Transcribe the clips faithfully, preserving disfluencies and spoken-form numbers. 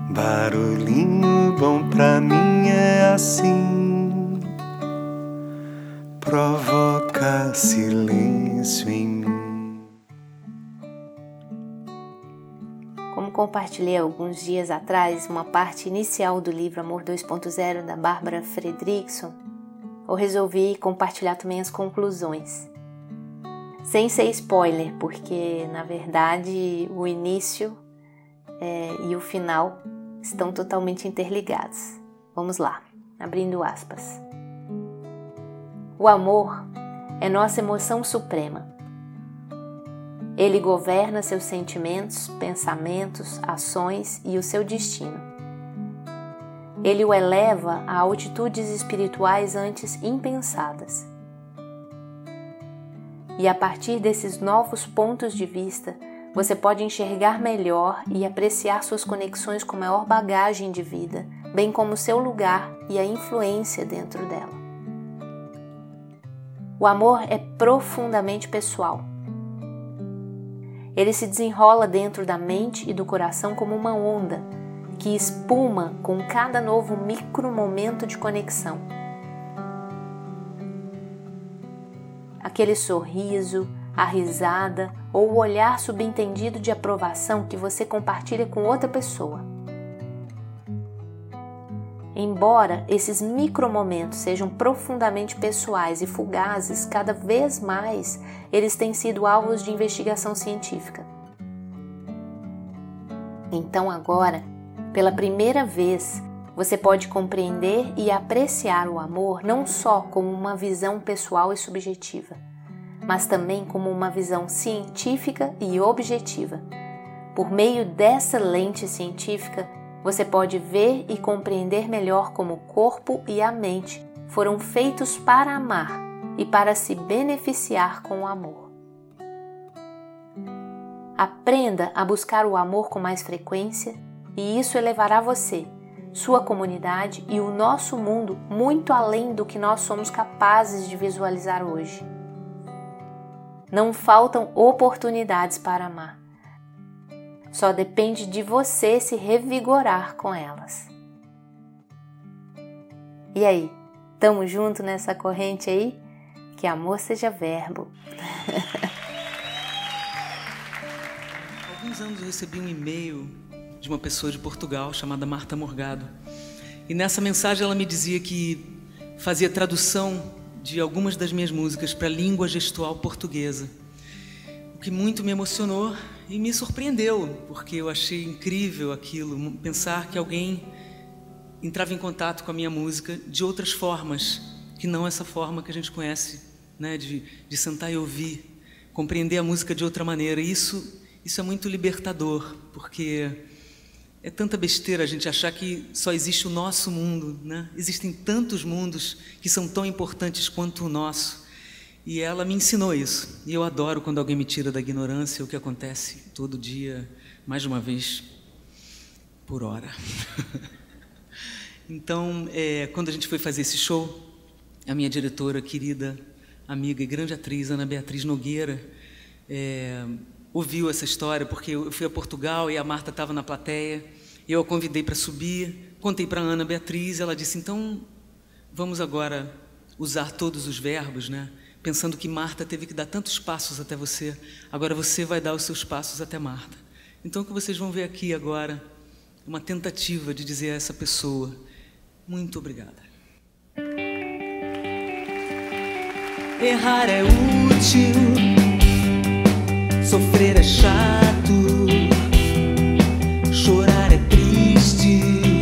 Barulhinho bom pra mim é assim, provoca silêncio em mim. Como compartilhei alguns dias atrás uma parte inicial do livro Amor dois ponto zero da Bárbara Fredrickson, eu resolvi compartilhar também as conclusões. Sem ser spoiler, porque na verdade o início é, e o final estão totalmente interligados. Vamos lá, abrindo aspas. O amor é nossa emoção suprema. Ele governa seus sentimentos, pensamentos, ações e o seu destino. Ele o eleva a altitudes espirituais antes impensadas. E a partir desses novos pontos de vista, você pode enxergar melhor e apreciar suas conexões com maior bagagem de vida, bem como seu lugar e a influência dentro dela. O amor é profundamente pessoal. Ele se desenrola dentro da mente e do coração como uma onda que espuma com cada novo micro momento de conexão. Aquele sorriso, a risada ou o olhar subentendido de aprovação que você compartilha com outra pessoa. Embora esses micromomentos sejam profundamente pessoais e fugazes, cada vez mais eles têm sido alvos de investigação científica. Então agora, pela primeira vez, você pode compreender e apreciar o amor não só como uma visão pessoal e subjetiva, mas também como uma visão científica e objetiva. Por meio dessa lente científica, você pode ver e compreender melhor como o corpo e a mente foram feitos para amar e para se beneficiar com o amor. Aprenda a buscar o amor com mais frequência e isso elevará você, sua comunidade e o nosso mundo muito além do que nós somos capazes de visualizar hoje. Não faltam oportunidades para amar. Só depende de você se revigorar com elas. E aí, tamo junto nessa corrente aí? Que amor seja verbo. Há alguns anos eu recebi um e-mail de uma pessoa de Portugal chamada Marta Morgado. E nessa mensagem ela me dizia que fazia tradução de algumas das minhas músicas para a língua gestual portuguesa, o que muito me emocionou e me surpreendeu, porque eu achei incrível aquilo, pensar que alguém entrava em contato com a minha música de outras formas, que não essa forma que a gente conhece, né, de, de sentar e ouvir, compreender a música de outra maneira. E isso, isso é muito libertador, porque é tanta besteira a gente achar que só existe o nosso mundo, né? Existem tantos mundos que são tão importantes quanto o nosso. E ela me ensinou isso. E eu adoro quando alguém me tira da ignorância, o que acontece todo dia, mais de uma vez por hora. Então, é, quando a gente foi fazer esse show, a minha diretora, querida amiga e grande atriz, Ana Beatriz Nogueira, é, ouviu essa história, porque eu fui a Portugal e a Marta estava na plateia, eu a convidei para subir, contei para a Ana Beatriz, ela disse, então vamos agora usar todos os verbos, né? Pensando que Marta teve que dar tantos passos até você, agora você vai dar os seus passos até Marta. Então o que vocês vão ver aqui agora, uma tentativa de dizer a essa pessoa, muito obrigada. Errar é útil, sofrer é chato, chorar é triste,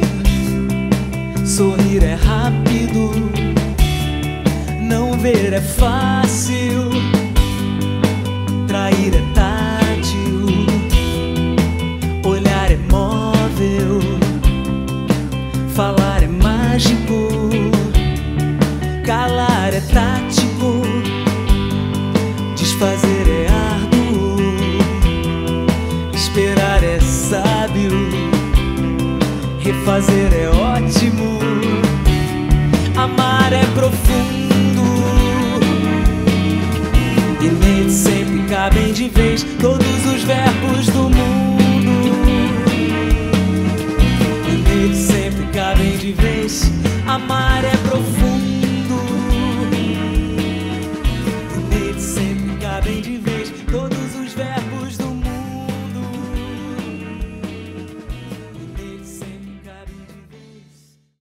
sorrir é rápido, não ver é fácil, trair é tátil, olhar é móvel, falar é mágico, calar é tático, desfazer é árduo, esperar é sábio, refazer é ótimo, amar é profundo, e nele sempre cabem de vez todos os verbos do mundo.